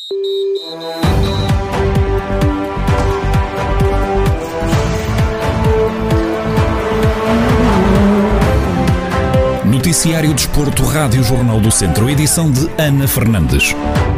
Noticiário Desporto, Rádio Jornal do Centro, edição de Ana Fernandes.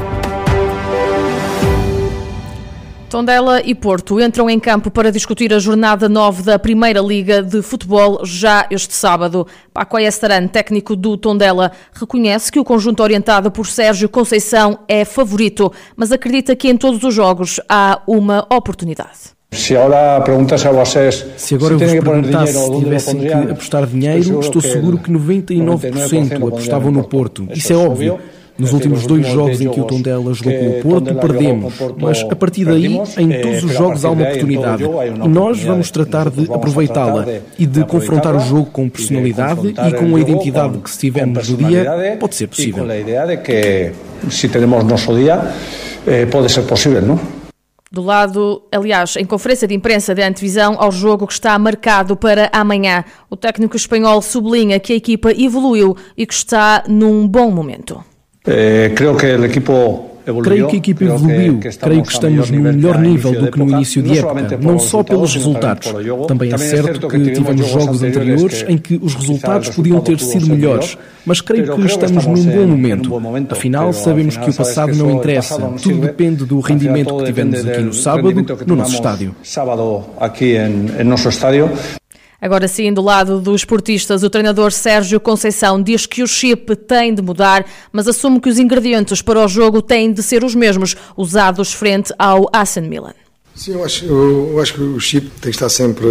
Tondela e Porto entram em campo para discutir a jornada 9 da Primeira Liga de Futebol já este sábado. Paco Ayestarán, técnico do Tondela, reconhece que o conjunto orientado por Sérgio Conceição é favorito, mas acredita que em todos os jogos há uma oportunidade. Se agora eu vos perguntasse se tivessem que apostar dinheiro, estou seguro que 99% apostavam no Porto. Isso é óbvio. Nos últimos 2 jogos em que o Tondela jogou com o Porto, perdemos. Mas a partir daí, em todos os jogos há uma oportunidade. E nós vamos tratar de aproveitá-la e de confrontar o jogo com personalidade e com a identidade que, se tivermos no dia, pode ser possível. Se temos nosso dia, pode ser possível, não? Do lado, aliás, em conferência de imprensa de antevisão ao jogo que está marcado para amanhã, o técnico espanhol sublinha que a equipa evoluiu e que está num bom momento. Creio que a equipa evoluiu, creio que estamos no melhor nível do que no início de época, não só pelos resultados. Também é certo que tivemos jogos anteriores em que os resultados podiam ter sido melhores, mas creio que estamos num bom momento. Afinal, sabemos que o passado não interessa, tudo depende do rendimento que tivemos aqui no sábado, no nosso estádio. Agora sim, do lado dos esportistas, o treinador Sérgio Conceição diz que o chip tem de mudar, mas assume que os ingredientes para o jogo têm de ser os mesmos usados frente ao AC Milan. Sim, eu acho que o chip tem que estar sempre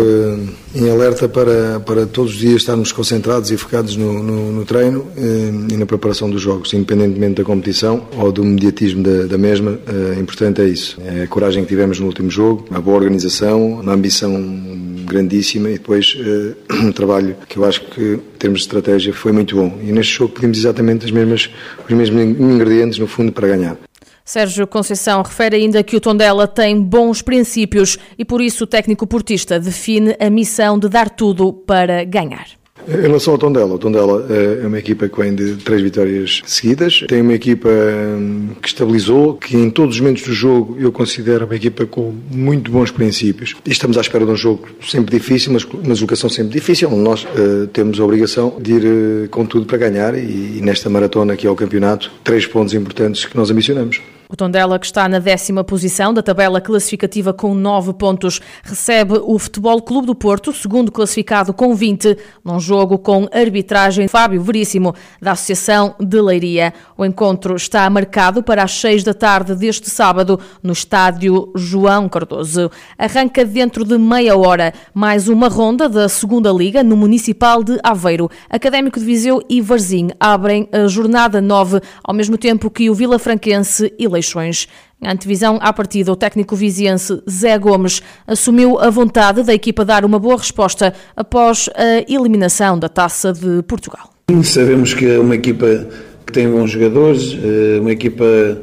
em alerta para todos os dias estarmos concentrados e focados no treino e na preparação dos jogos, independentemente da competição ou do mediatismo da mesma. Importante é isso, é a coragem que tivemos no último jogo, a boa organização, uma ambição grandíssima e depois um trabalho que eu acho que, em termos de estratégia, foi muito bom. E neste jogo pedimos exatamente os mesmos ingredientes, no fundo, para ganhar. Sérgio Conceição refere ainda que o Tondela tem bons princípios e, por isso, o técnico portista define a missão de dar tudo para ganhar. Em relação ao Tondela, o Tondela é uma equipa que vem de 3 vitórias seguidas. Tem uma equipa que estabilizou, que em todos os momentos do jogo eu considero uma equipa com muito bons princípios. E estamos à espera de um jogo sempre difícil, mas uma deslocação sempre difícil. Nós temos a obrigação de ir com tudo para ganhar e nesta maratona que é o campeonato, 3 pontos importantes que nós ambicionamos. O Tondela, que está na 10ª posição da tabela classificativa com 9 pontos, recebe o Futebol Clube do Porto, segundo classificado com 20, num jogo com arbitragem Fábio Veríssimo, da Associação de Leiria. O encontro está marcado para as 6 da tarde deste sábado, no estádio João Cardoso. Arranca dentro de meia hora mais uma ronda da 2ª Liga no Municipal de Aveiro. Académico de Viseu e Varzim abrem a jornada 9, ao mesmo tempo que o Vilafranquense e Leixões. Na antevisão à partida, o técnico viziense Zé Gomes assumiu a vontade da equipa dar uma boa resposta após a eliminação da Taça de Portugal. Sabemos que é uma equipa que tem bons jogadores, uma equipa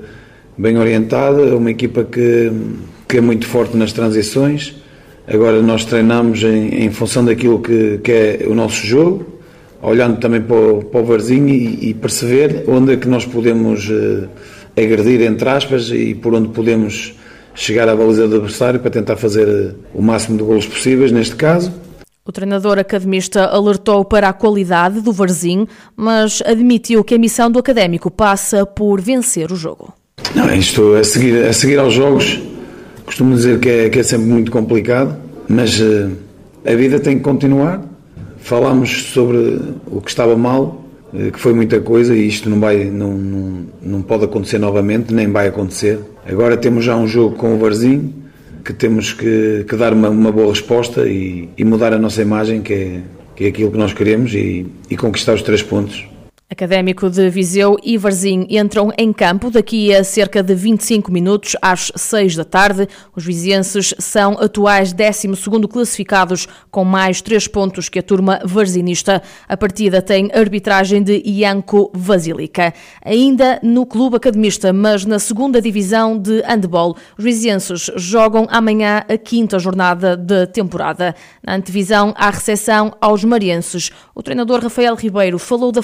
bem orientada, uma equipa que é muito forte nas transições. Agora nós treinamos em função daquilo que é o nosso jogo, olhando também para o Varzim e perceber onde é que nós podemos agredir, entre aspas, e por onde podemos chegar à baliza do adversário para tentar fazer o máximo de golos possíveis, neste caso. O treinador academista alertou para a qualidade do Varzim, mas admitiu que a missão do académico passa por vencer o jogo. Não, isto a seguir aos jogos, costumo dizer que é sempre muito complicado, mas a vida tem que continuar. Falámos sobre o que estava mal, que foi muita coisa e isto não pode acontecer novamente, nem vai acontecer. Agora temos já um jogo com o Varzim, que temos que dar uma boa resposta e mudar a nossa imagem, que é aquilo que nós queremos, e conquistar os 3 pontos. Académico de Viseu e Varzim entram em campo daqui a cerca de 25 minutos, às 6 da tarde. Os vizienses são atuais 12º classificados, com mais 3 pontos que a turma varzinista. A partida tem arbitragem de Ianco Vasilica. Ainda no clube academista, mas na 2ª divisão de handball, os vizienses jogam amanhã a 5ª jornada da temporada. Na antevisão, há recepção aos marienses. O treinador Rafael Ribeiro falou da falta de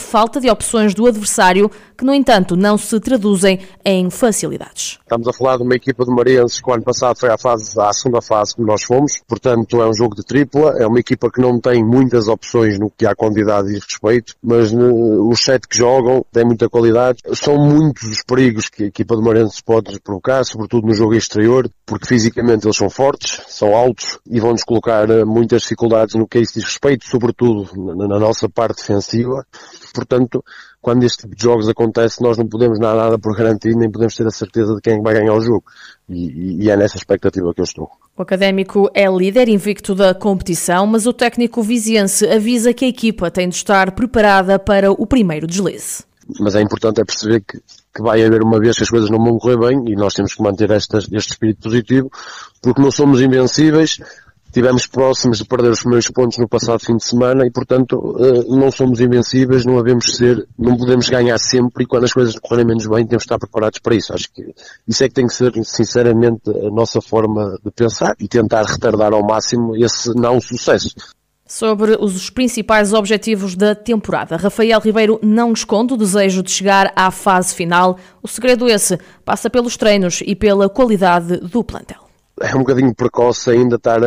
opções do adversário, que no entanto não se traduzem em facilidades. Estamos a falar de uma equipa de Marienses que o ano passado foi à segunda fase que nós fomos, portanto é um jogo de tripla, é uma equipa que não tem muitas opções no que há quantidade e respeito, mas os 7 que jogam têm muita qualidade. São muitos os perigos que a equipa de Marienses pode provocar, sobretudo no jogo exterior, porque fisicamente eles são fortes, são altos e vão-nos colocar muitas dificuldades no que a isso diz respeito, sobretudo na nossa parte defensiva. Portanto, quando este tipo de jogos acontece, nós não podemos dar nada por garantido, nem podemos ter a certeza de quem vai ganhar o jogo. E é nessa expectativa que eu estou. O Académico é líder invicto da competição, mas o técnico viziense avisa que a equipa tem de estar preparada para o primeiro deslize. Mas é importante perceber que vai haver uma vez que as coisas não vão correr bem e nós temos que manter este espírito positivo, porque não somos invencíveis. Estivemos próximos de perder os primeiros pontos no passado fim de semana e, portanto, não somos invencíveis, não podemos ganhar sempre e quando as coisas correrem menos bem temos que estar preparados para isso. Acho que isso é que tem que ser, sinceramente, a nossa forma de pensar e tentar retardar ao máximo esse não sucesso. Sobre os principais objetivos da temporada, Rafael Ribeiro não esconde o desejo de chegar à fase final. O segredo esse passa pelos treinos e pela qualidade do plantel. É um bocadinho precoce ainda estar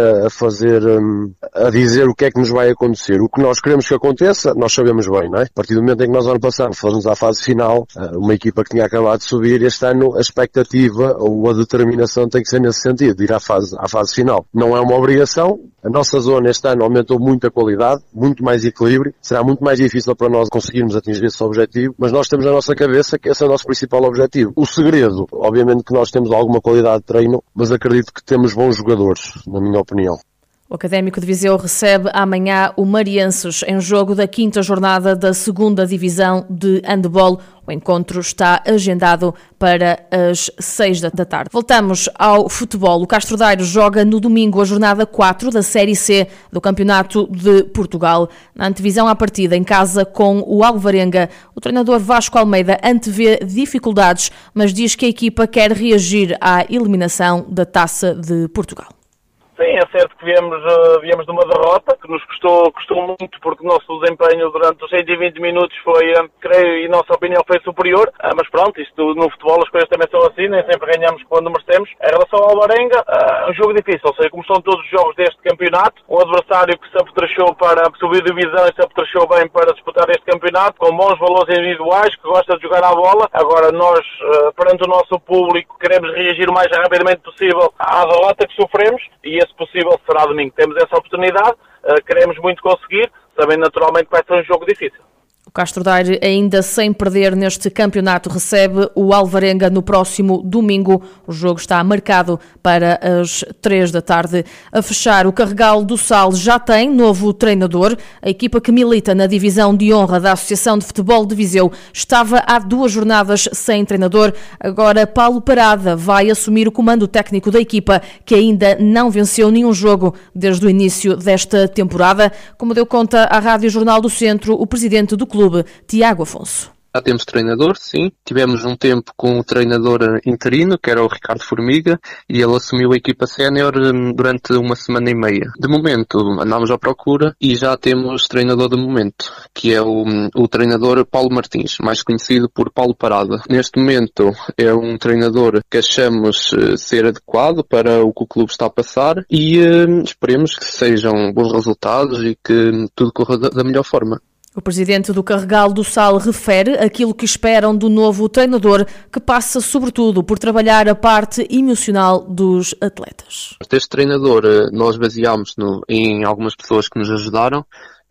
a dizer o que é que nos vai acontecer. O que nós queremos que aconteça, nós sabemos bem, não é? A partir do momento em que nós ano passado fomos à fase final, uma equipa que tinha acabado de subir, este ano a expectativa ou a determinação tem que ser nesse sentido, de ir à fase final. Não é uma obrigação. A nossa zona este ano aumentou muito a qualidade, muito mais equilíbrio. Será muito mais difícil para nós conseguirmos atingir esse objetivo, mas nós temos na nossa cabeça que esse é o nosso principal objetivo. O segredo, obviamente que nós temos alguma qualidade de treino, mas acredito que temos bons jogadores, na minha opinião. O Académico de Viseu recebe amanhã o Marienses em jogo da 5ª jornada da 2ª Divisão de Handebol. O encontro está agendado para as 6 da tarde. Voltamos ao futebol. O Castro Daire joga no domingo a jornada 4 da Série C do Campeonato de Portugal. Na antevisão à partida, em casa com o Alvarenga, o treinador Vasco Almeida antevê dificuldades, mas diz que a equipa quer reagir à eliminação da Taça de Portugal. Sim, é certo que viemos de uma derrota, que nos custou muito, porque o nosso desempenho durante os 120 minutos foi, creio, e nossa opinião foi superior, mas pronto, isto no futebol as coisas também são assim, nem sempre ganhamos quando merecemos. Em relação ao Alvarenga, é um jogo difícil, ou seja, como são todos os jogos deste campeonato, um adversário que se apetrechou para subir divisão e se apetrechou bem para disputar este campeonato, com bons valores individuais, que gosta de jogar à bola. Agora nós, perante o nosso público, queremos reagir o mais rapidamente possível à derrota que sofremos, e esse possível será domingo. Temos essa oportunidade, queremos muito conseguir, sabendo naturalmente que vai ser um jogo difícil. O Castro Daire, ainda sem perder neste campeonato, recebe o Alvarenga no próximo domingo. O jogo está marcado para as 3 da tarde. A fechar, o Carregal do Sal já tem novo treinador. A equipa que milita na divisão de honra da Associação de Futebol de Viseu estava há 2 jornadas sem treinador. Agora Paulo Parada vai assumir o comando técnico da equipa, que ainda não venceu nenhum jogo desde o início desta temporada, como deu conta à Rádio Jornal do Centro o presidente do clube, Tiago Afonso. Já temos treinador, sim. Tivemos um tempo com o treinador interino, que era o Ricardo Formiga, e ele assumiu a equipa sénior durante 1 semana e meia. De momento, andámos à procura e já temos treinador de momento, que é o treinador Paulo Martins, mais conhecido por Paulo Parada. Neste momento é um treinador que achamos ser adequado para o que o clube está a passar e esperemos que sejam bons resultados e que tudo corra da melhor forma. O presidente do Carregal do Sal refere aquilo que esperam do novo treinador, que passa sobretudo por trabalhar a parte emocional dos atletas. Este treinador nós baseámos em algumas pessoas que nos ajudaram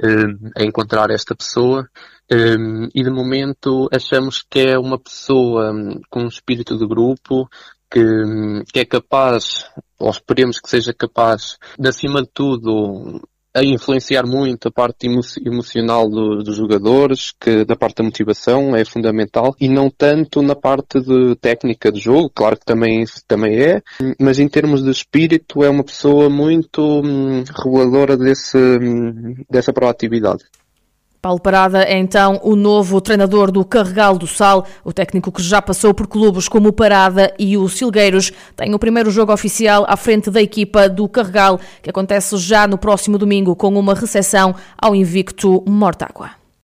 a encontrar esta pessoa e de momento achamos que é uma pessoa com um espírito de grupo, que é capaz, ou esperemos que seja capaz, de acima de tudo a influenciar muito a parte emocional dos jogadores, que da parte da motivação é fundamental, e não tanto na parte de técnica de jogo, claro que também é, mas em termos de espírito é uma pessoa muito reguladora dessa proatividade. Paulo Parada é então o novo treinador do Carregal do Sal. O técnico, que já passou por clubes como o Parada e o Silgueiros, tem o primeiro jogo oficial à frente da equipa do Carregal, que acontece já no próximo domingo com uma recepção ao invicto Mortágua.